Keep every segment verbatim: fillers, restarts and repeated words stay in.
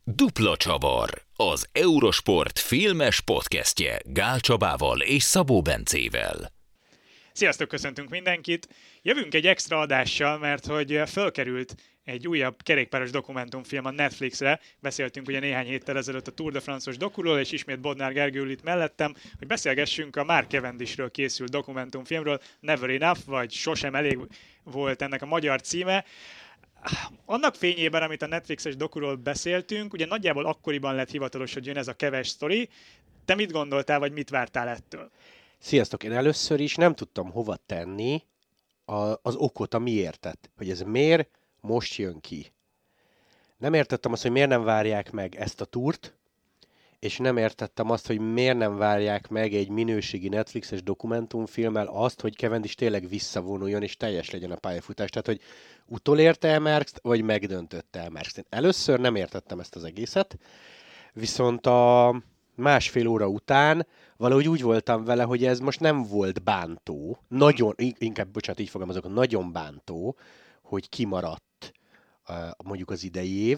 Dupla csavar, az Eurosport filmes podcastje Gál Csabával és Szabó Bencével. Sziasztok, köszöntünk mindenkit! Jövünk egy extra adással, mert hogy fölkerült egy újabb kerékpáros dokumentumfilm a Netflixre. Beszéltünk ugye néhány héttel ezelőtt a Tour de France-os dokuról, és ismét Bodnár Gergő ül itt mellettem, hogy beszélgessünk a Mark Cavendishről készült dokumentumfilmről. Never Enough, vagy Sosem elég volt ennek a magyar címe. Annak fényében, amit a Netflixes dokuról beszéltünk, ugye nagyjából akkoriban lett hivatalos, hogy jön ez a keves sztori. Te mit gondoltál, vagy mit vártál ettől? Sziasztok! Én először is nem tudtam hova tenni a, az okot, a miértet. Hogy ez miért most jön ki. Nem értettem azt, hogy miért nem várják meg ezt a túrt, és nem értettem azt, hogy miért nem várják meg egy minőségi Netflixes dokumentumfilmmel azt, hogy Cavendish tényleg visszavonuljon, és teljes legyen a pályafutás. Tehát, hogy utolérte el Markst, vagy megdöntötte el Markst. Én először nem értettem ezt az egészet, viszont a másfél óra után valahogy úgy voltam vele, hogy ez most nem volt bántó, nagyon, inkább, bocsánat, így fogalmazok, nagyon bántó, hogy kimaradt mondjuk az idei év.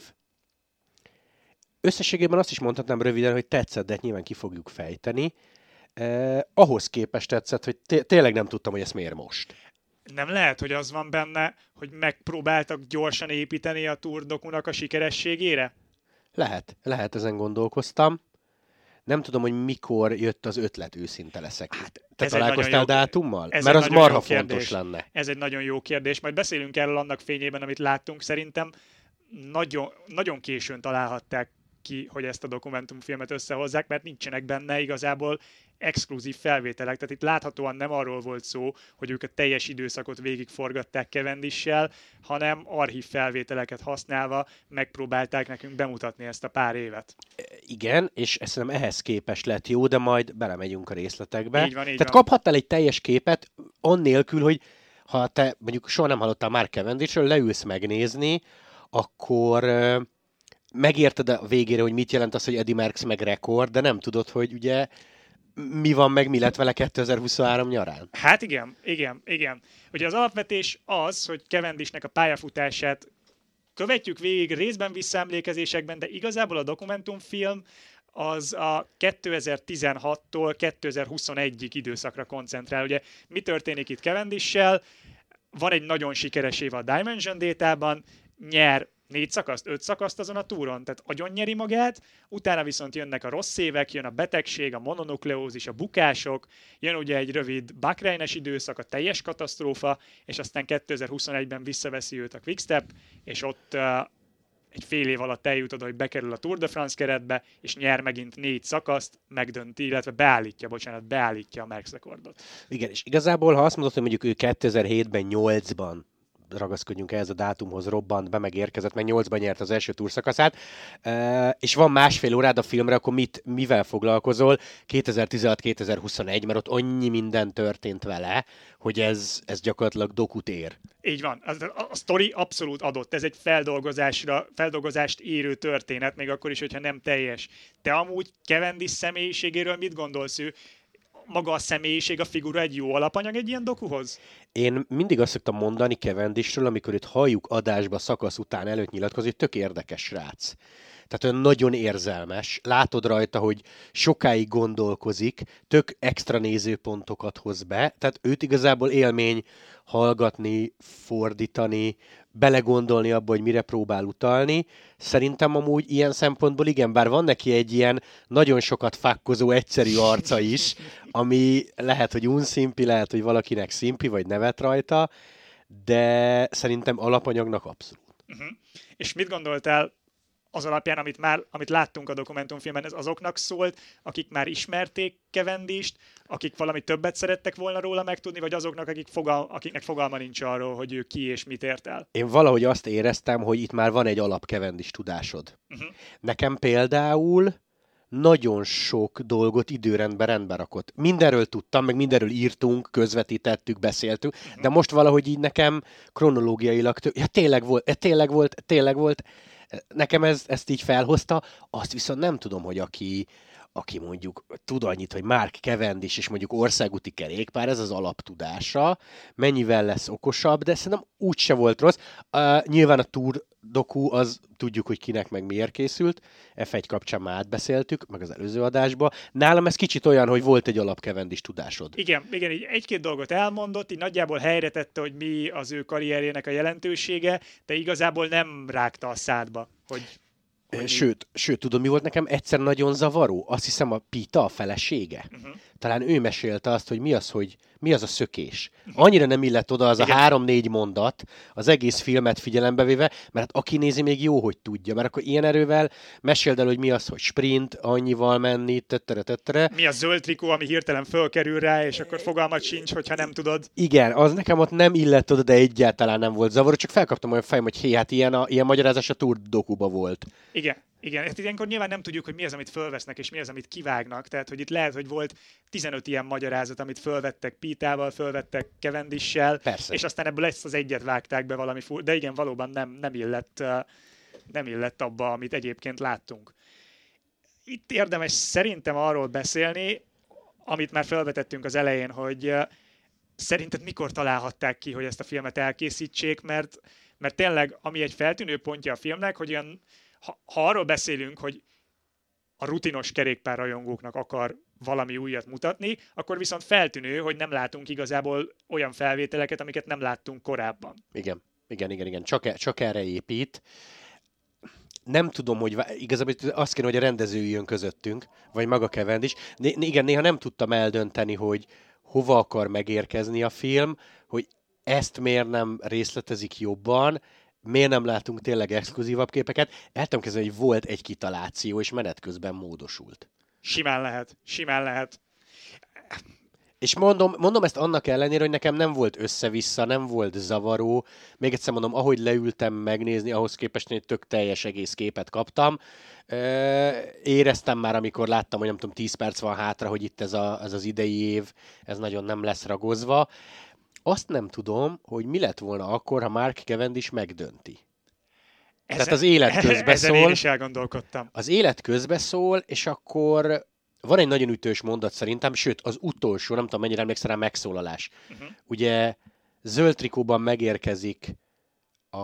Összességében azt is mondhatnám röviden, hogy tetszett, de nyilván ki fogjuk fejteni. Eh, ahhoz képest tetszett, hogy té- tényleg nem tudtam, hogy ez miért most. Nem lehet, hogy az van benne, hogy megpróbáltak gyorsan építeni a Tour dokunak a sikerességére? Lehet, lehet, ezen gondolkoztam. Nem tudom, hogy mikor jött az ötlet, őszinte leszek. Hát, Te találkoztál dátummal? Mert az marha fontos lenne. Ez egy nagyon jó kérdés. Majd beszélünk erről annak fényében, amit láttunk. Szerintem nagyon, nagyon későn találhatták ki, hogy ezt a dokumentumfilmet összehozzák, mert nincsenek benne igazából exkluzív felvételek. Tehát itt láthatóan nem arról volt szó, hogy ők a teljes időszakot végigforgatták Cavendissel, hanem archív felvételeket használva megpróbálták nekünk bemutatni ezt a pár évet. Igen, és ezt szerintem ehhez képest lett jó, de majd belemegyünk a részletekbe. Így van, így Tehát van. kaphattál egy teljes képet, annélkül, hogy ha te mondjuk soha nem hallottál Mark Cavendishről, leülsz megnézni, akkor uh, megérted a végére, hogy mit jelent az, hogy Eddy Merckx meg rekord, de nem tudod, hogy ugye mi van meg, mi lett vele kétezer-huszonhárom nyarán. Hát igen, igen, igen. Ugye az alapvetés az, hogy Cavendishnek a pályafutását követjük végig részben visszaemlékezésekben, de igazából a dokumentumfilm az a kétezer-tizenhattól kétezer-huszonegyig időszakra koncentrál. Ugye mi történik itt Cavendissel? Van egy nagyon sikeres év a Dimension Data-ban, nyer négy szakaszt, öt szakaszt azon a túron, tehát agyon nyeri magát, utána viszont jönnek a rossz évek, jön a betegség, a mononukleózis, a bukások, jön ugye egy rövid Bahreines időszak, a teljes katasztrófa, és aztán kétezer-huszonegyben visszaveszi őt a Quickstep, és ott uh, egy fél év alatt eljut oda, hogy bekerül a Tour de France keretbe, és nyer megint négy szakaszt, megdönti, illetve beállítja, bocsánat, beállítja a Merckx rekordot. Igen, és igazából, ha azt mondod, hogy mondjuk ő kétezer-hétben, nyolcban ragaszkodjunk ehhez a dátumhoz, robbant be, megérkezett, meg nyolcban nyert az első túrszakaszát, és van másfél órád a filmre, akkor mit, mivel foglalkozol? kétezer-tizenhat kétezer-huszonegy, mert ott annyi minden történt vele, hogy ez, ez gyakorlatilag dokut ér. Így van. A, a, a sztori abszolút adott. Ez egy feldolgozásra, feldolgozást érő történet, még akkor is, hogyha nem teljes. Te amúgy Cavendish személyiségéről mit gondolsz? Ő maga a személyiség, a figura egy jó alapanyag egy ilyen dokuhoz? Én mindig azt szoktam mondani Cavendishről, amikor itt halljuk adásba szakasz után előtt nyilatkozni, hogy tök érdekes srác. Tehát olyan nagyon érzelmes. Látod rajta, hogy sokáig gondolkozik, tök extra nézőpontokat hoz be. Tehát őt igazából élmény hallgatni, fordítani, belegondolni abba, hogy mire próbál utalni. Szerintem amúgy ilyen szempontból igen, bár van neki egy ilyen nagyon sokat fakkozó, egyszerű arca is, ami lehet, hogy unszimpi, lehet, hogy valakinek szimpi, vagy nevet rajta, de szerintem alapanyagnak abszolút. Uh-huh. És mit gondoltál az alapján, amit már amit láttunk a dokumentumfilmben, ez azoknak szólt, akik már ismerték Cavendisht, akik valami többet szerettek volna róla megtudni, vagy azoknak, akik fogal, akiknek fogalma nincs arról, hogy ő ki és mit ért el? Én valahogy azt éreztem, hogy itt már van egy alap Cavendish tudásod. Uh-huh. Nekem például nagyon sok dolgot időrendbe rendbe rakott. Mindenről tudtam, meg mindenről írtunk, közvetítettük, beszéltünk, uh-huh. de most valahogy így nekem kronológiailag tök... ja, tényleg volt, tényleg volt, tényleg volt. Nekem ez, ezt így felhozta, azt viszont nem tudom, hogy aki, aki mondjuk tud annyit, hogy Mark Cavendish és mondjuk országúti kerékpár, ez az alaptudása, mennyivel lesz okosabb, de szerintem úgyse volt rossz. Uh, nyilván a Tour doku, az tudjuk, hogy kinek meg miért készült. ef egy kapcsán már átbeszéltük, meg az előző adásban. Nálam ez kicsit olyan, hogy volt egy alapkevendis tudásod. Igen, igen, így egy-két dolgot elmondott, így nagyjából helyre tette, hogy mi az ő karrierjének a jelentősége, de igazából nem rágta a szádba, hogy... hogy Sőt, sőt, tudod, mi volt nekem egyszer nagyon zavaró? Azt hiszem a Pita, a felesége. Uh-huh. Talán ő mesélte azt, hogy mi az, hogy mi az a szökés. Annyira nem illett oda az Igen. a három-négy mondat, az egész filmet figyelembe véve, mert aki nézi, még jó, hogy tudja. Mert akkor ilyen erővel meséld el, hogy mi az, hogy sprint, annyival menni, tettere, tettere. Mi a zöld trikó, ami hirtelen fölkerül rá, és akkor fogalmat sincs, hogyha nem tudod. Igen, az nekem ott nem illett oda, de egyáltalán nem volt zavaró, csak felkaptam olyan fejem, hogy hé, hát ilyen, a, ilyen magyarázás a Tour dokuba volt. Igen. Igen, hát ilyenkor nyilván nem tudjuk, hogy mi az, amit fölvesznek, és mi az, amit kivágnak. Tehát, hogy itt lehet, hogy volt tizenöt ilyen magyarázat, amit fölvettek Pitával, fölvettek Cavendissel, Persze. És aztán ebből ezt az egyet vágták be valami fur... De igen, valóban nem, nem, illett, nem illett abba, amit egyébként láttunk. Itt érdemes szerintem arról beszélni, amit már felvetettünk az elején, hogy szerinted mikor találhatták ki, hogy ezt a filmet elkészítsék, mert, mert tényleg, ami egy feltűnő pontja a filmnek, hogy olyan Ha, ha arról beszélünk, hogy a rutinos kerékpárrajongóknak akar valami újat mutatni, akkor viszont feltűnő, hogy nem látunk igazából olyan felvételeket, amiket nem láttunk korábban. Igen, igen, igen, igen. Csak, csak erre épít. Nem tudom, hogy igazából azt kéne, hogy a rendező jön közöttünk, vagy maga Cavendish. Né- igen, néha nem tudtam eldönteni, hogy hova akar megérkezni a film, hogy ezt miért nem részletezik jobban, miért nem látunk tényleg exkluzívabb képeket. El tudom kezdeni, hogy volt egy kitaláció, és menet közben módosult. Simán lehet, simán lehet. És mondom, mondom ezt annak ellenére, hogy nekem nem volt össze-vissza, nem volt zavaró. Még egyszer mondom, ahogy leültem megnézni, ahhoz képest egy tök teljes egész képet kaptam. Éreztem már, amikor láttam, hogy nem tudom, tíz perc van hátra, hogy itt ez, a, ez az idei év, ez nagyon nem lesz ragozva. Azt nem tudom, hogy mi lett volna akkor, ha Mark Cavendish megdönti. Ezen, Tehát az élet közbeszól. Ezen én is elgondolkodtam. Az élet közbeszól, és akkor van egy nagyon ütős mondat szerintem, sőt, az utolsó, nem tudom mennyire emlékszel rá, megszólalás. Uh-huh. Ugye zöld trikóban megérkezik a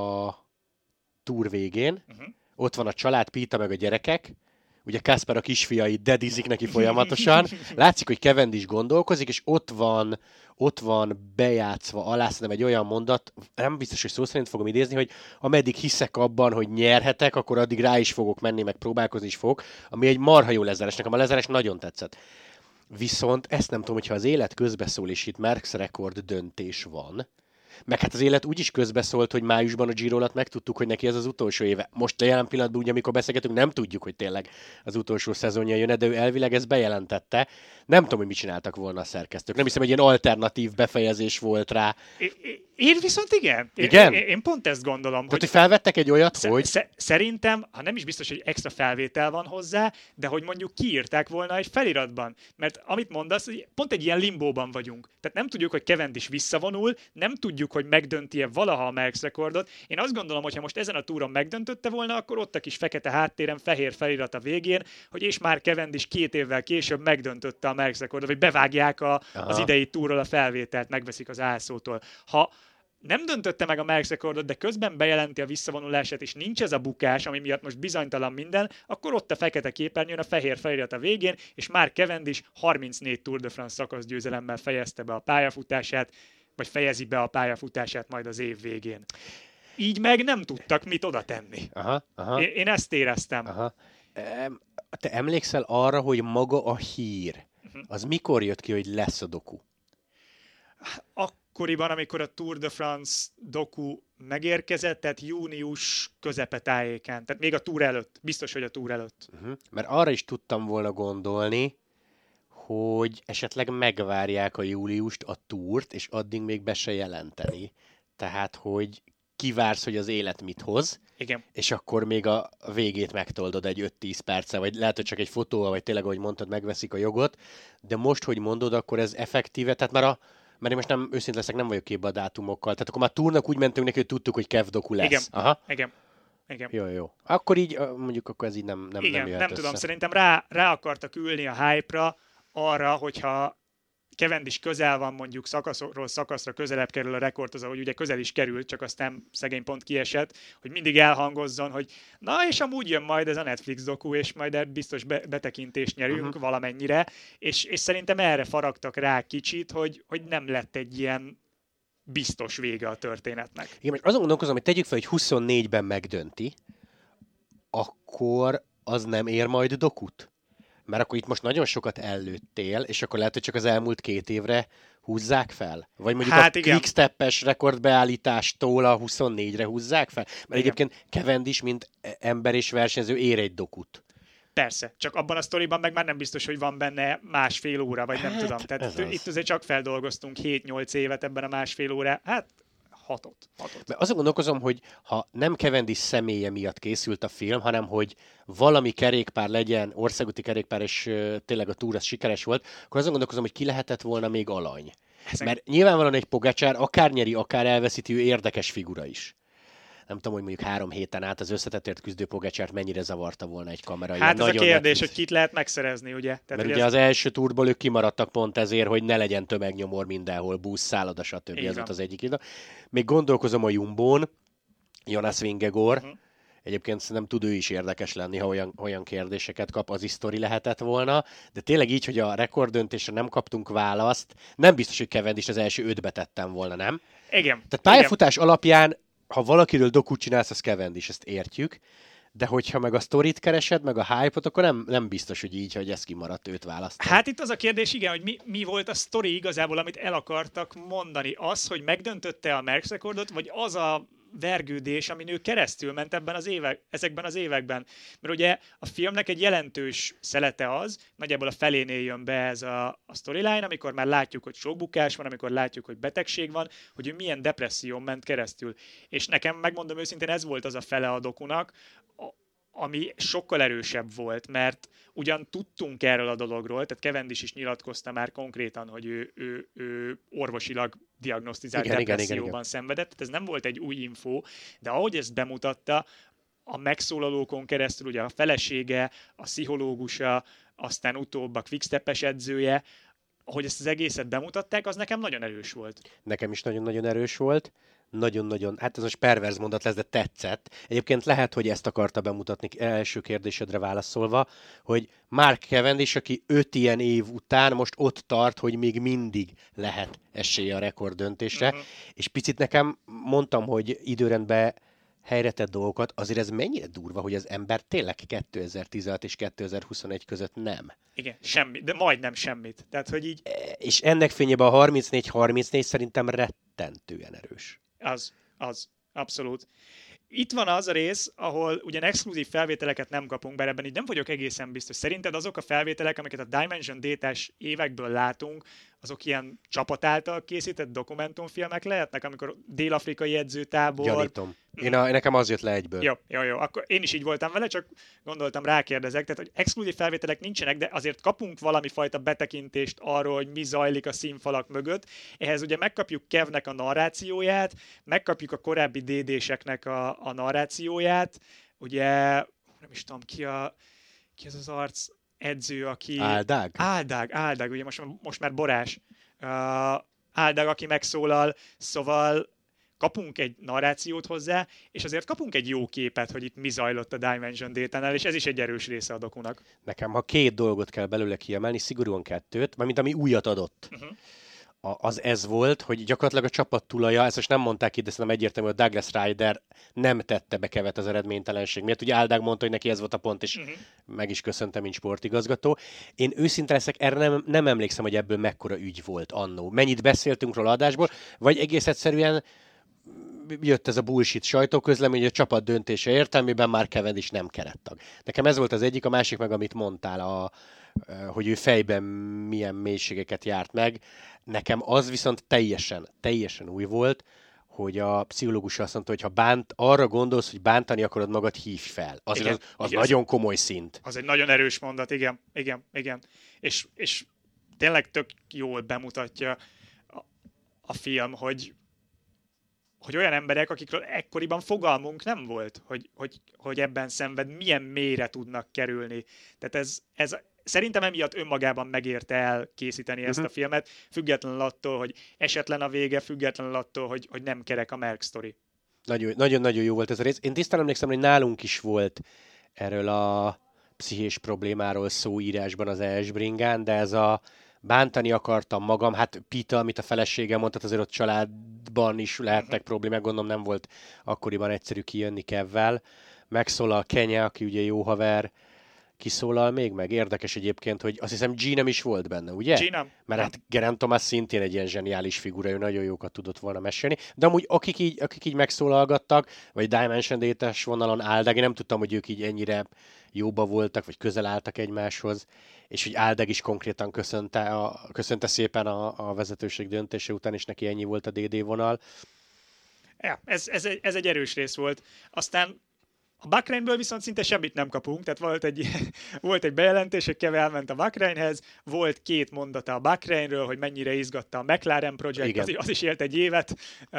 túr végén, uh-huh. Ott van a család, Pita meg a gyerekek, ugye Kasper a kisfiai dedizik neki folyamatosan, látszik, hogy Cavendish gondolkozik, és ott van, ott van bejátszva alá, szerintem egy olyan mondat, nem biztos, hogy szó szerint fogom idézni, hogy ameddig hiszek abban, hogy nyerhetek, akkor addig rá is fogok menni, meg próbálkozni is fogok, ami egy marha jó lezárás. Nekem a lezárás nagyon tetszett. Viszont ezt nem tudom, hogyha az élet közbeszól, és itt Merckx rekord döntés van, meg hát az élet úgy is közbeszólt, hogy májusban a Giro alatt megtudtuk, hogy neki ez az utolsó éve. Most a jelen pillanatban, ugye, amikor beszélgetünk, nem tudjuk, hogy tényleg az utolsó szezonja jön, de ő elvileg ezt bejelentette. Nem tudom, hogy mit csináltak volna a szerkesztők. Nem hiszem, hogy ilyen alternatív befejezés volt rá. Én viszont igen. Igen? Én, én pont ezt gondolom. Tehát, hogy felvettek egy olyat, sz- hogy... sz- Szerintem, ha nem is biztos, hogy extra felvétel van hozzá, de hogy mondjuk kiírták volna egy feliratban. Mert amit mondasz, hogy pont egy ilyen limbóban vagyunk. Tehát nem tudjuk, hogy Cavendish visszavonul, nem tudjuk, hogy megdönti-e valaha a Merckx rekordot. Én azt gondolom, hogy ha most ezen a túron megdöntötte volna, akkor ott a kis fekete háttéren fehér felirat a végén, hogy és már Cavendish két évvel később megdöntötte a Merckx rekordot, vagy bevágják a, az idei túról a felvételt, megveszik az ászótól. Ha nem döntötte meg a Merckx rekordot, de közben bejelenti a visszavonulását, és nincs ez a bukás, ami miatt most bizonytalan minden, akkor ott a fekete képernyőn a fehér felirat a végén, és már Cavendish harmincnégy Tour de France szakaszgyőzelemmel fejezte be a pályafutását, vagy fejezi be a pályafutását majd az év végén. Így meg nem tudtak mit oda tenni. Aha, aha. Én, én ezt éreztem. Aha. Te emlékszel arra, hogy maga a hír, az mikor jött ki, hogy lesz a doku? Akkoriban, amikor a Tour de France doku megérkezett, tehát június közepe tájéken. Tehát még a túr előtt. Biztos, hogy a túr előtt. Uh-huh. Mert arra is tudtam volna gondolni, hogy esetleg megvárják a júliust, a túrt, és addig még be se jelenteni. Tehát, hogy kivársz, hogy az élet mit hoz, igen. És akkor még a végét megtoldod egy öt-tíz perccel, vagy lehet, hogy csak egy fotóval, vagy tényleg, ahogy mondtad, megveszik a jogot, de most, hogy mondod, akkor ez effektíve, tehát már a mert én most nem, őszintén leszek, nem vagyok képbe a dátumokkal. Tehát akkor már túrnak úgy mentünk neki, hogy tudtuk, hogy Kev doku lesz. Igen, aha. igen. Igen. Jó, jó. Akkor így, mondjuk akkor ez így nem, nem, igen, nem jöhet nem össze. tudom, szerintem rá, rá akartak ülni a hype-ra arra, hogyha Cavendish közel van, mondjuk szakaszról szakaszra közelebb kerül a rekordhoz, ahogy ugye közel is került, csak aztán szegény pont kiesett, hogy mindig elhangozzon, hogy na és amúgy jön majd ez a Netflix doku, és majd biztos be- betekintést nyerünk uh-huh. valamennyire, és, és szerintem erre faragtak rá kicsit, hogy, hogy nem lett egy ilyen biztos vége a történetnek. Igen, most azon gondolkozom, hogy tegyük fel, hogy huszonnégyben megdönti, akkor az nem ér majd dokut? Mert akkor itt most nagyon sokat előttél, és akkor lehet, hogy csak az elmúlt két évre húzzák fel? Vagy mondjuk hát a quickstep-es rekordbeállítástól a huszonnégyre húzzák fel? Mert igen. Egyébként Cavendish, mint ember és versenyző ér egy dokut. Persze, csak abban a sztoriban meg már nem biztos, hogy van benne másfél óra, vagy nem hát, tudom. Tehát itt az. Azért csak feldolgoztunk hét-nyolc évet ebben a másfél óra. Hát hatot. hatot. Mert azon gondolkozom, hogy ha nem Cavendish személye miatt készült a film, hanem hogy valami kerékpár legyen, országúti kerékpár, és uh, tényleg a túra sikeres volt, akkor azon gondolkozom, hogy ki lehetett volna még alany. Ezen... Mert nyilvánvalóan egy Pogačar akár nyeri, akár elveszíti, ő érdekes figura is. Nem tudom, hogy mondjuk három héten át az összetettért küzdő Pogačart mennyire zavarta volna egy kamera. Hát ez a kérdés, nehéz. Hogy kit lehet megszerezni, ugye? Tehát, mert ugye ez... az első túrból ők kimaradtak pont ezért, hogy ne legyen tömegnyomor mindenhol, busz, szálloda, stb. Ez volt az egyik ide. Még gondolkozom a Jumbón, Jonas Vingegaard. Uh-huh. Egyébként szerintem tud ő is érdekes lenni, ha olyan, olyan kérdéseket kap, az is sztori lehetett volna. De tényleg így, hogy a rekorddöntésre nem kaptunk választ, nem biztos, hogy Cavendish az első ötbe tettem volna, nem? Igen. Tehát pályafutás igen. alapján ha valakiről dokut csinálsz, az Cavendish, ezt értjük, de hogyha meg a sztorit keresed, meg a hype-ot, akkor nem, nem biztos, hogy így, hogy ez kimaradt, őt választani. Hát itt az a kérdés, igen, hogy mi, mi volt a sztori igazából, amit el akartak mondani. Az, hogy megdöntötte a Merckx rekordot, vagy az a vergődés, amin ő keresztül ment ebben az évek, ezekben az években. Mert ugye a filmnek egy jelentős szelete az, nagyjából a felénél jön be ez a, a storyline, amikor már látjuk, hogy sok bukás van, amikor látjuk, hogy betegség van, hogy ő milyen depresszión ment keresztül. És nekem, megmondom őszintén, ez volt az a fele a dokunak, ami sokkal erősebb volt, mert ugyan tudtunk erről a dologról, tehát Cavendish is nyilatkozta már konkrétan, hogy ő, ő, ő orvosilag diagnosztizált igen, depresszióban igen, igen, szenvedett, tehát ez nem volt egy új info, de ahogy ezt bemutatta, a megszólalókon keresztül, ugye a felesége, a pszichológusa, aztán utóbb a quickstep-es edzője, ahogy ezt az egészet bemutatták, az nekem nagyon erős volt. Nekem is nagyon-nagyon erős volt. Nagyon-nagyon, hát ez most perverz mondat lesz, de tetszett. Egyébként lehet, hogy ezt akarta bemutatni első kérdésedre válaszolva, hogy Mark Cavendish, aki öt ilyen év után most ott tart, hogy még mindig lehet esélye a rekorddöntésre, uh-huh. és picit nekem mondtam, hogy időrendben helyre tett dolgokat, azért ez mennyire durva, hogy az ember tényleg kétezer-tizenhat és kétezer-huszonegy között nem. Igen, semmi, de majdnem semmit. Tehát, hogy így... És ennek fényében a harmincnégy harmincnégy szerintem rettentően erős. Az, az, abszolút. Itt van az a rész, ahol ugyan exkluzív felvételeket nem kapunk, bár ebben így nem vagyok egészen biztos. Szerinted azok a felvételek, amiket a Dimension Data-s évekből látunk, azok ilyen csapat által készített dokumentumfilmek lehetnek, amikor dél-afrikai edzőtábor... Gyanítom. Én a, nekem az jött le egyből. Jó, jó, jó. Akkor én is így voltam vele, csak gondoltam, rákérdezek. Tehát, hogy exkluzív felvételek nincsenek, de azért kapunk valami fajta betekintést arról, hogy mi zajlik a színfalak mögött. Ehhez ugye megkapjuk Kevnek a narrációját, megkapjuk a korábbi dé dé-seknek a, a narrációját. Ugye, nem is tudom, ki, a, ki az az arc edző, aki... Áldág? Áldág, Áldág, ugye most, most már Borás. Uh, Áldág, aki megszólal, szóval kapunk egy narrációt hozzá, és azért kapunk egy jó képet, hogy itt mi zajlott a Dimension Data-nál, és ez is egy erős része a dokunak. Nekem, ha két dolgot kell belőle kiemelni, szigorúan kettőt, mármint ami újat adott. Uh-huh. Az ez volt, hogy gyakorlatilag a csapat tulaja, ezt most nem mondták ki, de szerintem egyértelmű, hogy Douglas Ryder nem tette be Kevet az eredménytelenség miatt. Ugye Áldág mondta, hogy neki ez volt a pont, és uh-huh. meg is köszöntem, mint sportigazgató. Én őszinte leszek, erre nem, nem emlékszem, hogy ebből mekkora ügy volt annó. Mennyit beszéltünk róla adásból, vagy egész egyszerűen jött ez a bullshit sajtóközlemény, hogy a csapat döntése értelmében már Cavendish nem kerettag. Nekem ez volt az egyik, a másik meg, amit mondtál, a, hogy ő fejben milyen mélységeket járt meg. Nekem az viszont teljesen, teljesen új volt, hogy a pszichológus azt mondta, hogy ha bánt, arra gondolsz, hogy bántani akarod magad, hívj fel. Az, igen, az, az igen, nagyon komoly szint. Az egy nagyon erős mondat, igen, igen, igen. És, és tényleg tök jól bemutatja a, a film, hogy hogy olyan emberek, akikről ekkoriban fogalmunk nem volt, hogy, hogy, hogy ebben szenved, milyen mélyre tudnak kerülni. Tehát ez, ez szerintem emiatt önmagában megérte el készíteni uh-huh. ezt a filmet, függetlenül attól, hogy esetlen a vége, függetlenül attól, hogy, hogy nem kerek a Merc sztori. Nagyon-nagyon jó volt ez a rész. Én tisztán emlékszem, hogy nálunk is volt erről a pszichés problémáról szó írásban az Ashbringán, de ez a bántani akartam magam, hát Pita, amit a felesége mondta, azért ott családban is lehetnek uh-huh. problémák, gondolom nem volt akkoriban egyszerű kijönni Kevvel. Megszólal Kenye, aki ugye jó haver, kiszólal még meg. Érdekes egyébként, hogy azt hiszem G nem is volt benne, ugye? G nem. Mert hát Geraint Thomas szintén egy ilyen zseniális figura, ő nagyon jókat tudott volna mesélni. De amúgy akik így, akik így megszólalgattak, vagy Dimension Data-s vonalon Aldeg, én nem tudtam, hogy ők így ennyire jóba voltak, vagy közel álltak egymáshoz, és hogy Aldeg is konkrétan köszönte, a, köszönte szépen a, a vezetőség döntése után, és neki ennyi volt a dé dé vonal. Ja, ez, ez, egy, ez egy erős rész volt. Aztán a Bahrainből viszont szinte semmit nem kapunk, tehát volt egy, volt egy bejelentés, hogy Kevin elment a Bahrainhez, volt két mondata a Bahrainről, hogy mennyire izgatta a McLaren Project, az, az is élt egy évet,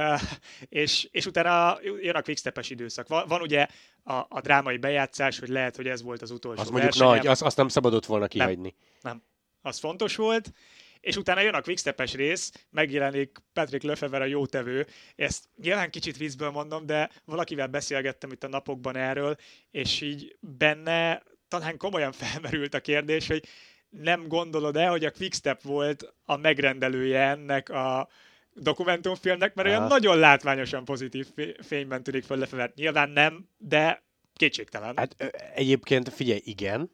és, és utána jön a quickstep-es időszak. Van, van ugye a, a drámai bejátszás, hogy lehet, hogy ez volt az utolsó az mondjuk versenyem. nagy, azt, azt nem szabadott volna kihagyni. Nem, nem, az fontos volt. És utána jön a quickstep-es rész, megjelenik Patrick Lefevere, a jótevő. Ezt nyilván kicsit viccből mondom, de valakivel beszélgettem itt a napokban erről, és így benne talán komolyan felmerült a kérdés, hogy nem gondolod-e, hogy a quickstep volt a megrendelője ennek a dokumentumfilmnek, mert olyan nagyon látványosan pozitív fényben tűnik föl Lefevere. Nyilván nem, de kétségtelen. Hát egyébként figyelj, igen.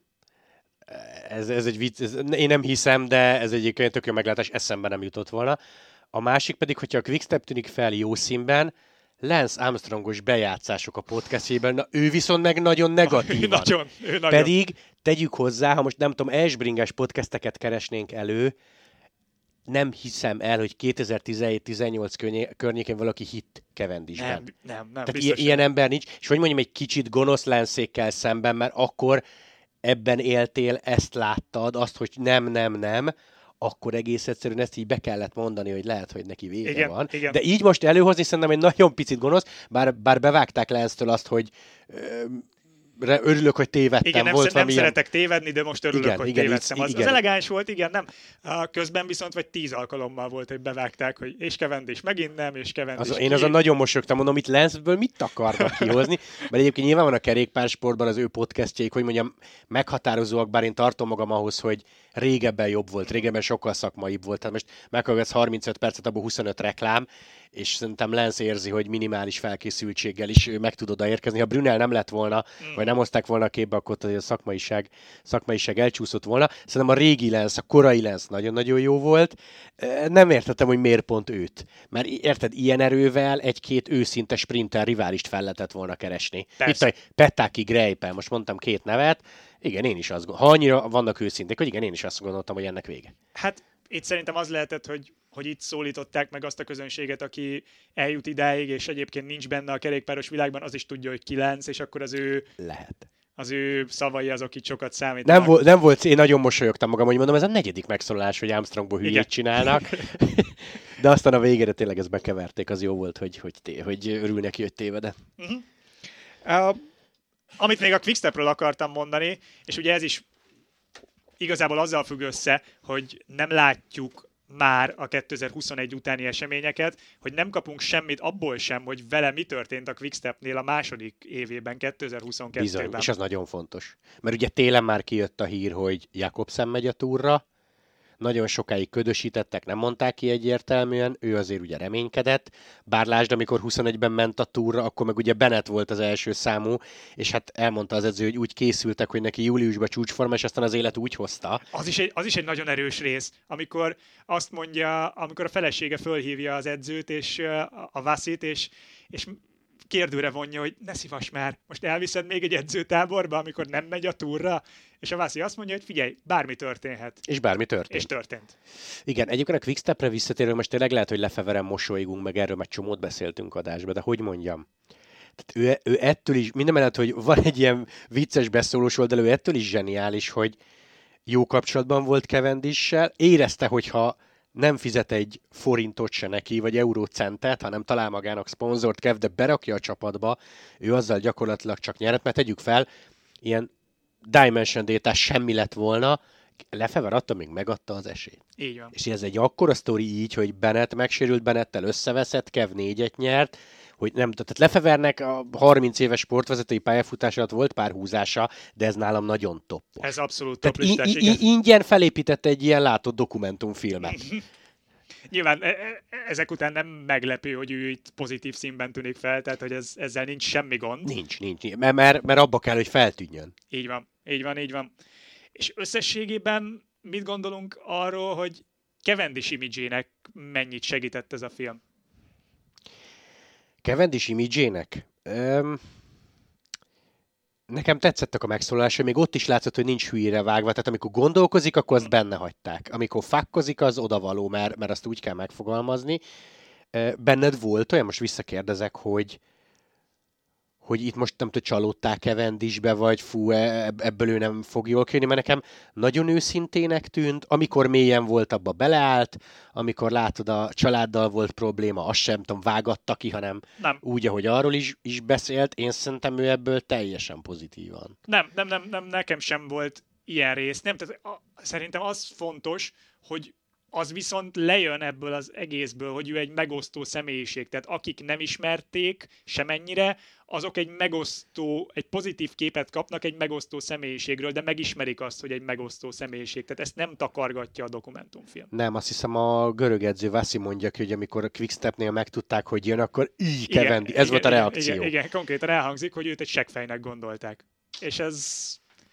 Ez, ez egy vicc, ez, én nem hiszem, de ez egyébként tök jó meglátás, eszembe nem jutott volna. A másik pedig, hogyha a Quickstep tűnik fel jó színben, Lance Armstrongos bejátszások a podcastjében, na ő viszont meg nagyon negatívan. nagyon, ő nagyon. Pedig tegyük hozzá, ha most nem tudom, Ashbringes podcasteket keresnénk elő, nem hiszem el, hogy kétezer-tizenhét tizennyolc környékén valaki hitt Cavendishben. Nem, nem, nem. Tehát ilyen, ilyen ember nincs, és hogy mondjam, egy kicsit gonosz Lance-ékkel szemben, mert akkor ebben éltél, ezt láttad, azt, hogy nem, nem, nem, akkor egész egyszerűen ezt így be kellett mondani, hogy lehet, hogy neki vége igen, van. Igen. De így most előhozni szerintem egy nagyon picit gonosz, bár, bár bevágták Lance-től azt, hogy ö, örülök, hogy tévedtem. Igen, nem, volt nem ilyen... szeretek tévedni, de most örülök, igen, hogy igen, tévedtem. így, Az, igen. az elegáns volt, igen, nem. A közben viszont vagy tíz alkalommal volt, hogy bevágták, hogy és Cavendish megint nem, és Cavendish az, ki. Én azon nagyon mosolyogtam, mondom, itt Lance-ből mit akarnak kihozni? Mert egyébként nyilván van a kerékpársportban az ő podcastjaik, hogy mondjam, meghatározóak, bár én tartom magam ahhoz, hogy régebben jobb volt, régebben sokkal szakmaibb volt. Tehát most meghallgatsz harmincöt percet, abból huszonöt reklám, és szerintem Lance érzi, hogy minimális felkészültséggel is meg tud odaérkezni. Ha Brunel nem lett volna, mm. vagy nem hozták volna a képbe, akkor a szakmaiság, szakmaiság elcsúszott volna. Szerintem a régi Lance, a korai Lance nagyon-nagyon jó volt. Nem értettem, hogy miért pont őt. Mert érted, ilyen erővel egy-két őszinte sprinter riválist fel lehetett volna keresni. Persze. Itt a Petaki Greipel, most mondtam két nevet. Igen, én is azt gondolom. Ha annyira vannak őszinték, hogy igen, én is azt gondoltam, hogy ennek vége. Hát itt szerintem az lehetett, hogy, hogy itt szólították meg azt a közönséget, aki eljut idáig, és egyébként nincs benne a kerékpáros világban, az is tudja, hogy kilenc, és akkor az ő, lehet. Az ő szavai azok itt sokat számítanak. Nem, vo- nem volt, én nagyon mosolyogtam magam, hogy mondom, ez a negyedik megszólalás, hogy Armstrongból hülyét igen. csinálnak. De aztán a végére tényleg ezt bekeverték, az jó volt, hogy, hogy, té- hogy örül neki, hogy tévedett. Uh-huh. Uh, amit még a Quickstepről akartam mondani, és ugye ez is igazából azzal függ össze, hogy nem látjuk már a kétezer-huszonegy utáni eseményeket, hogy nem kapunk semmit abból sem, hogy vele mi történt a Quickstepnél a második évében, kétezer-huszonkettőben. Bizony, és az nagyon fontos. Mert ugye télen már kijött a hír, hogy Jakobsen megy a túrra, nagyon sokáig ködösítettek, nem mondták ki egyértelműen, ő azért ugye reménykedett, bár lásd, amikor huszonegyben ment a túrra, akkor meg ugye Bennett volt az első számú, és hát elmondta az edző, hogy úgy készültek, hogy neki júliusban csúcsforma, és aztán az élet úgy hozta. Az is egy, az is egy nagyon erős rész, amikor azt mondja, amikor a felesége fölhívja az edzőt, és a Vassit, és, és kérdőre vonja, hogy ne szívass már, most elviszed még egy edzőtáborba, amikor nem megy a túrra, és a Vassi azt mondja, hogy figyelj, bármi történhet. És bármi történt. És történt. Igen, egyébként a Quickstepre visszatérő, most tényleg lehet, hogy Lefeveren mosolygunk, meg erről már csomót beszéltünk adásba, de hogy mondjam? Tehát ő, ő ettől is, mindemellett, hogy van egy ilyen vicces beszólós oldal, ő ettől is zseniális, hogy jó kapcsolatban volt Cavendissel, érezte, hogyha nem fizet egy forintot se neki, vagy eurócentet, hanem talál magának szponzort Kev, de berakja a csapatba, ő azzal gyakorlatilag csak nyert, mert tegyük fel, ilyen Dimension Data semmi lett volna, Lefever attól még megadta az esélyt. Így van. És ez egy akkora sztori így, hogy Bennett megsérült, Bennettel összeveszett, Kev négyet nyert, hogy nem, tehát Lefevernek a harminc éves sportvezetői pályafutás alatt volt pár húzása, de ez nálam nagyon top. Ez abszolút Tehát top listás, i- i- ingyen felépítette egy ilyen látott dokumentumfilmet. Nyilván e- e- ezek után nem meglepő, hogy ő itt pozitív színben tűnik fel, tehát hogy ez, ezzel nincs semmi gond. Nincs, nincs, mert, mert, mert abba kell, hogy feltűnjön. Így van, így van, így van. És összességében mit gondolunk arról, hogy Cavendish imidzsének mennyit segített ez a film? Cavendish imidzsének? Öm... Nekem tetszettek a megszólalásai, még ott is látszott, hogy nincs hülyére vágva, tehát amikor gondolkozik, akkor azt benne hagyták. Amikor fakkozik, az odavaló, mert, mert azt úgy kell megfogalmazni. Benned volt olyan, most visszakérdezek, hogy, hogy itt most nem tudom, csalódták Cavendishbe, vagy fú, ebből ő nem fog jól kijönni, mert nekem nagyon őszintének tűnt, amikor mélyen volt, abba beleállt, amikor látod, a családdal volt probléma, azt sem tudom, vágatta ki, hanem nem. úgy, ahogy arról is, is beszélt, én szerintem ő ebből teljesen pozitívan. Nem, nem, nem, nem, nekem sem volt ilyen rész. Nem, tehát a, szerintem az fontos, hogy az viszont lejön ebből az egészből, hogy ő egy megosztó személyiség. Tehát akik nem ismerték semennyire, azok egy megosztó, egy pozitív képet kapnak egy megosztó személyiségről, de megismerik azt, hogy egy megosztó személyiség. Tehát ezt nem takargatja a dokumentumfilm. Nem, azt hiszem a görög edző Vassi mondja ki, hogy amikor a Quickstepnél megtudták, hogy jön, akkor így Cavendish. Ez igen, volt a reakció. Igen, igen, konkrétan elhangzik, hogy őt egy seggfejnek gondolták. És ez...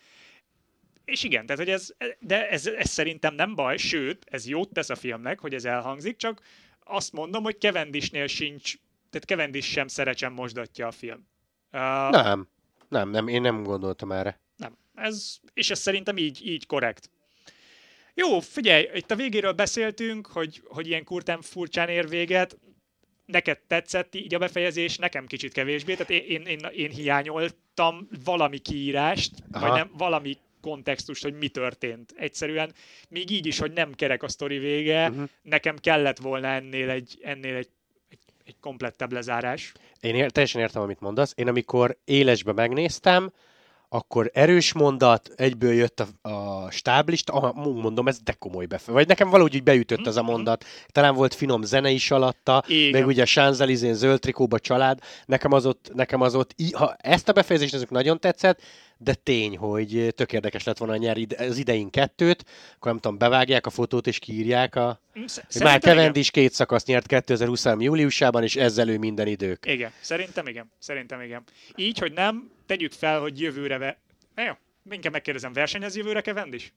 És igen, tehát, hogy ez, de ez, ez szerintem nem baj, sőt, ez jót tesz a filmnek, hogy ez elhangzik, csak azt mondom, hogy Cavendishnél sincs, tehát Cavendish sem szerecsen mosdatja a film. Uh, nem, nem, nem, én nem gondoltam erre. Nem, ez, és ez szerintem így, így korrekt. Jó, figyelj, itt a végéről beszéltünk, hogy, hogy ilyen kurtán furcsán ér véget, neked tetszett így a befejezés, nekem kicsit kevésbé, tehát én, én, én, én hiányoltam valami kiírást, Aha. vagy nem, valami kontextust, hogy mi történt. Egyszerűen még így is, hogy nem kerek a sztori vége, uh-huh. nekem kellett volna ennél egy, ennél egy, egy, egy komplettebb lezárás. Én ér, teljesen értem, amit mondasz. Én amikor élesbe megnéztem, akkor erős mondat, egyből jött a, a stáblista, aha, mondom, ez de komoly befejezés. Vagy nekem valahogy úgy beütött az a mondat. Talán volt finom zene is alatta, igen. Meg ugye a Champs-Élysées zöld trikóba család. Nekem az ott, nekem az ott ha ezt a befejezést azok nagyon tetszett, de tény, hogy tök érdekes lett volna nyerni az idején kettőt, akkor nem tudom, bevágják a fotót és kiírják a... Szerintem már Cavendish két szakaszt nyert kétezer-huszonhárom júliusában, és ezzel ő minden idők. Igen, szerintem igen, szerintem igen. Így, hogy nem, tegyük fel, hogy jövőre... Ve... Na jó, inkább megkérdezem, versenyez jövőre Cavendish?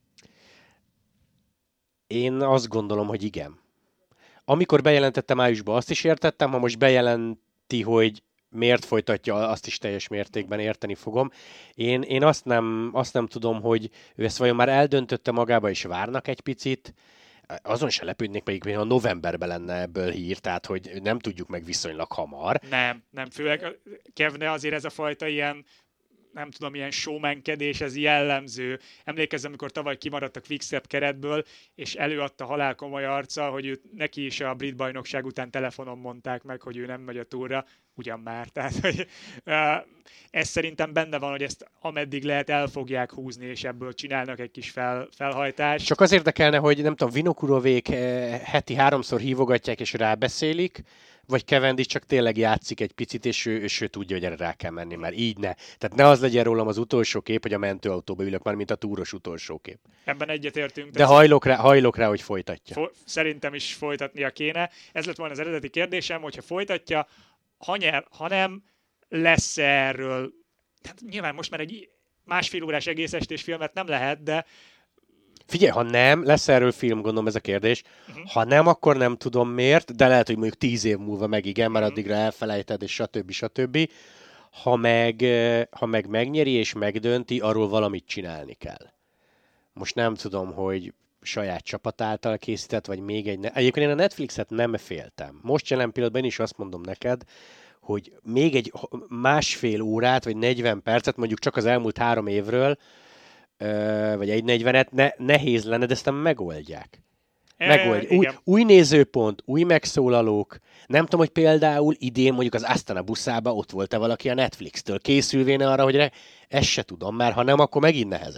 Én azt gondolom, hogy igen. Amikor bejelentette májusban, azt is értettem, ha most bejelenti, hogy miért folytatja, azt is teljes mértékben érteni fogom. Én, én azt, nem, azt nem tudom, hogy ő ezt vajon már eldöntötte magába, és várnak egy picit. Azon se lepődnék, még ha novemberben lenne ebből hír, tehát hogy nem tudjuk meg viszonylag hamar. Nem, nem, főleg Kevne azért ez a fajta ilyen, nem tudom, ilyen showmankedés, ez jellemző. Emlékezzem, amikor tavaly kimaradt a Quickstep keretből, és előadta halál komoly arccal, hogy ő, neki is a brit bajnokság után telefonon mondták meg, hogy ő nem megy a túra, ugyan már. Tehát, hogy, uh, ez szerintem benne van, hogy ezt ameddig lehet el fogják húzni, és ebből csinálnak egy kis fel, felhajtást. Csak az érdekelne, hogy nem tudom, Vinokurovék heti háromszor hívogatják, és rábeszélik, vagy Cavendish csak tényleg játszik egy picit, és ő, és ő tudja, hogy erre rá kell menni, mert így ne. Tehát ne az legyen rólam az utolsó kép, hogy a mentőautóba ülök már, mint a túros utolsó kép. Ebben egyetértünk. De hajlok rá, hajlok rá, hogy folytatja. Fo- szerintem is folytatnia kéne. Ez lett volna az eredeti kérdésem, hogyha folytatja, ha, nyer, ha nem, lesz erről, hát nyilván most már egy másfél órás egész estés filmet nem lehet, de figyelj, ha nem, lesz erről film, gondolom ez a kérdés. Uh-huh. Ha nem, akkor nem tudom miért, de lehet, hogy mondjuk tíz év múlva meg igen, mert uh-huh. addigra elfelejted, és stb. stb. Ha meg, ha meg megnyeri és megdönti, arról valamit csinálni kell. Most nem tudom, hogy saját csapat által készített, vagy még egy... Ne- Egyébként én a Netflixet nem féltem. Most jelen pillanatban én is azt mondom neked, hogy még egy másfél órát, vagy negyven percet, mondjuk csak az elmúlt három évről, vagy egy negyvenet, ne, nehéz lenne, de aztán megoldják. Megoldják. Új, új nézőpont, új megszólalók. Nem tudom, hogy például idén mondjuk az Astana buszába ott volt-e valaki a Netflix-től. Készülvéne arra, hogy re... ezt se tudom, mert ha nem, akkor megint nehezebb.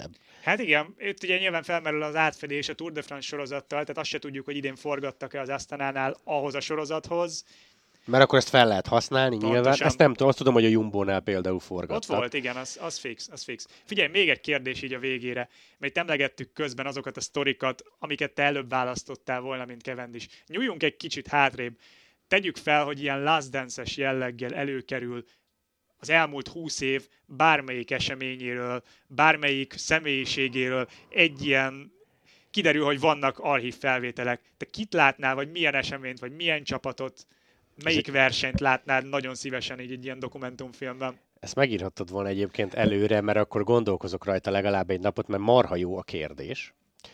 Hát igen, itt ugye nyilván felmerül az átfedés a Tour de France sorozattal, tehát azt se tudjuk, hogy idén forgattak-e az Astanánál ahhoz a sorozathoz. Mert akkor ezt fel lehet használni, Pontosan. nyilván. Ezt nem tudom, azt tudom, hogy a Jumbo-nál például forgattak. Ott volt, igen, az, az fix, az fix. Figyelj, még egy kérdés így a végére, mert emlegettük közben azokat a sztorikat, amiket te előbb választottál volna, mint Cavendish. Nyúljunk egy kicsit hátrébb. Tegyük fel, hogy ilyen Last Dance-es jelleggel előkerül az elmúlt húsz év bármelyik eseményéről, bármelyik személyiségéről egy ilyen, kiderül, hogy vannak archív felvételek. Te kit látnál, vagy milyen eseményt, vagy milyen csapatot, melyik versenyt látnál nagyon szívesen így egy ilyen dokumentumfilmben? Ezt megírhattad volna egyébként előre, mert akkor gondolkozok rajta legalább egy napot, mert marha jó a kérdés.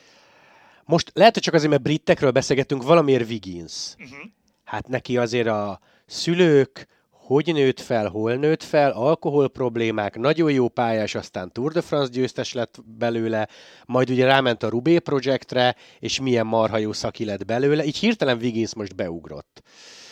Most lehet, hogy csak azért, mert britekről beszélgettünk, valamiért Wiggins. Uh-huh. Hát neki azért a szülők, hogy nőtt fel, hol nőtt fel, alkohol problémák, nagyon jó pályás, aztán Tour de France győztes lett belőle, majd ugye ráment a Roubaix projektre, és milyen marha jó szaki lett belőle, így hirtelen Wiggins most beugrott.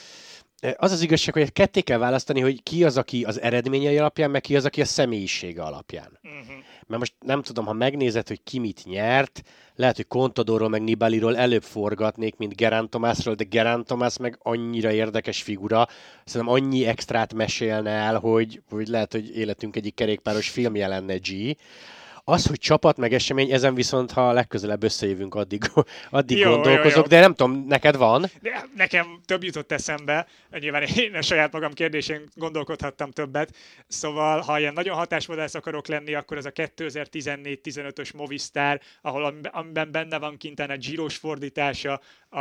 Az az igazság, hogy ketté kell választani, hogy ki az, aki az eredményei alapján, meg ki az, aki a személyisége alapján. Uh-huh. Mert most nem tudom, ha megnézed, hogy ki mit nyert, lehet, hogy Contadorról meg Nibaliról előbb forgatnék, mint Geraint Thomasról, de Geraint Thomas meg annyira érdekes figura, szerintem annyi extrát mesélne el, hogy, hogy lehet, hogy életünk egyik kerékpáros filmje lenne G. Az, hogy csapat meg esemény, ezen viszont, ha legközelebb összejövünk, addig, addig jó, gondolkozok, jó, jó. De nem tudom, neked van? De nekem több jutott eszembe, nyilván én a saját magam kérdésén gondolkodhattam többet, szóval ha ilyen nagyon hatásvadász akarok lenni, akkor ez a kétezer-tizennégy tizenötös Movistar, ahol amiben benne van kintán a Giros fordítása,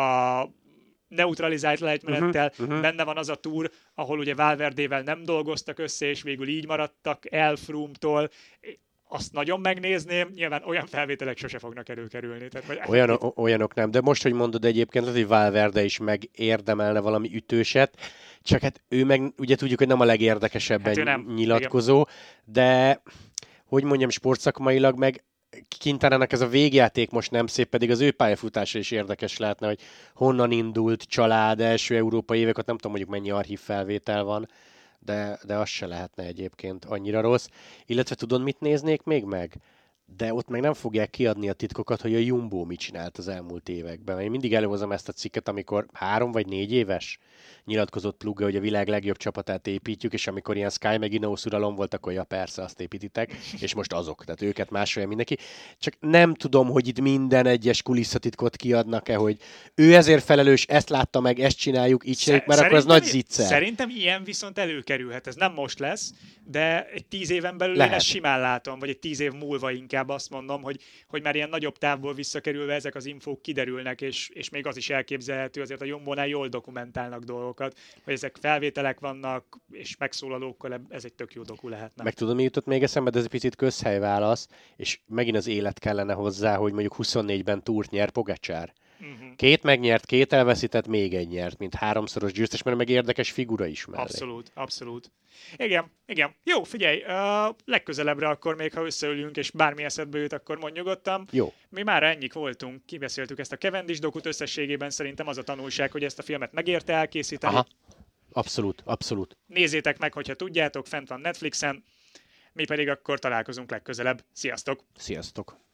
a neutralizált lejtmenettel, uh-huh, uh-huh. Benne van az a túr, ahol ugye Valverdével nem dolgoztak össze, és végül így maradtak el Froome-tól. Azt nagyon megnézném, nyilván olyan felvételek sose fognak előkerülni. Tehát, vagy Olyan, o- olyanok nem, de most, hogy mondod egyébként, az, hogy Valverde is megérdemelne valami ütőset, csak hát ő meg ugye tudjuk, hogy nem a legérdekesebben hát nem, nyilatkozó, igen. De hogy mondjam, sportszakmailag meg Quintanának ez a végjáték most nem szép, pedig az ő pályafutása is érdekes lehetne, hogy honnan indult, család, első európai évek, ott nem tudom, mondjuk mennyi archív felvétel van, de, de az se lehetne egyébként annyira rossz. Illetve tudod, mit néznék még meg? De ott meg nem fogják kiadni a titkokat, hogy a Jumbo mit csinált az elmúlt években. Én mindig előhozom ezt a cikket, amikor három vagy négy éves nyilatkozott Plugge, hogy a világ legjobb csapatát építjük, és amikor ilyen Sky meg Ineos uralom volt, akkor ja persze, azt építitek, és most azok, tehát őket másolja mindenki. Csak nem tudom, hogy itt minden egyes kulisszatitkot kiadnak-e, hogy ő ezért felelős, ezt látta meg, ezt csináljuk, így csináljuk, mert akkor az nagy zicser. Szerintem ilyen viszont előkerülhet, ez nem most lesz, de egy tíz éven belül lehet. Én ezt simán látom, vagy egy tíz év múlva inkább azt mondom, hogy, hogy már ilyen nagyobb távból visszakerülve ezek az infók kiderülnek, és, és még az is elképzelhető, azért a Jumbónál jól dokumentálnak dolgokat, hogy ezek felvételek vannak, és megszólalókkal, ez egy tök jó doku lehetne. Meg tudom, mi jutott még eszembe, de ez egy picit közhelyválasz, és megint az élet kellene hozzá, hogy mondjuk huszonnégyben túrt nyer Pogačar. Uh-huh. Két megnyert, két elveszített, még egy nyert, mint háromszoros győztes, mert meg érdekes figura is mellé. Abszolút, abszolút. Igen, igen. Jó, figyelj, uh, legközelebbre akkor még, ha összeülünk, és bármi eszedbe jut, akkor mondj nyugodtan. Jó. Mi már ennyik voltunk, kibeszéltük ezt a Cavendish dokut, összességében szerintem az a tanulság, hogy ezt a filmet megérte elkészíteni. Aha. Abszolút, abszolút. Nézzétek meg, hogyha tudjátok, fent van Netflixen, mi pedig akkor találkozunk legközelebb. Sziasztok! Sziasztok!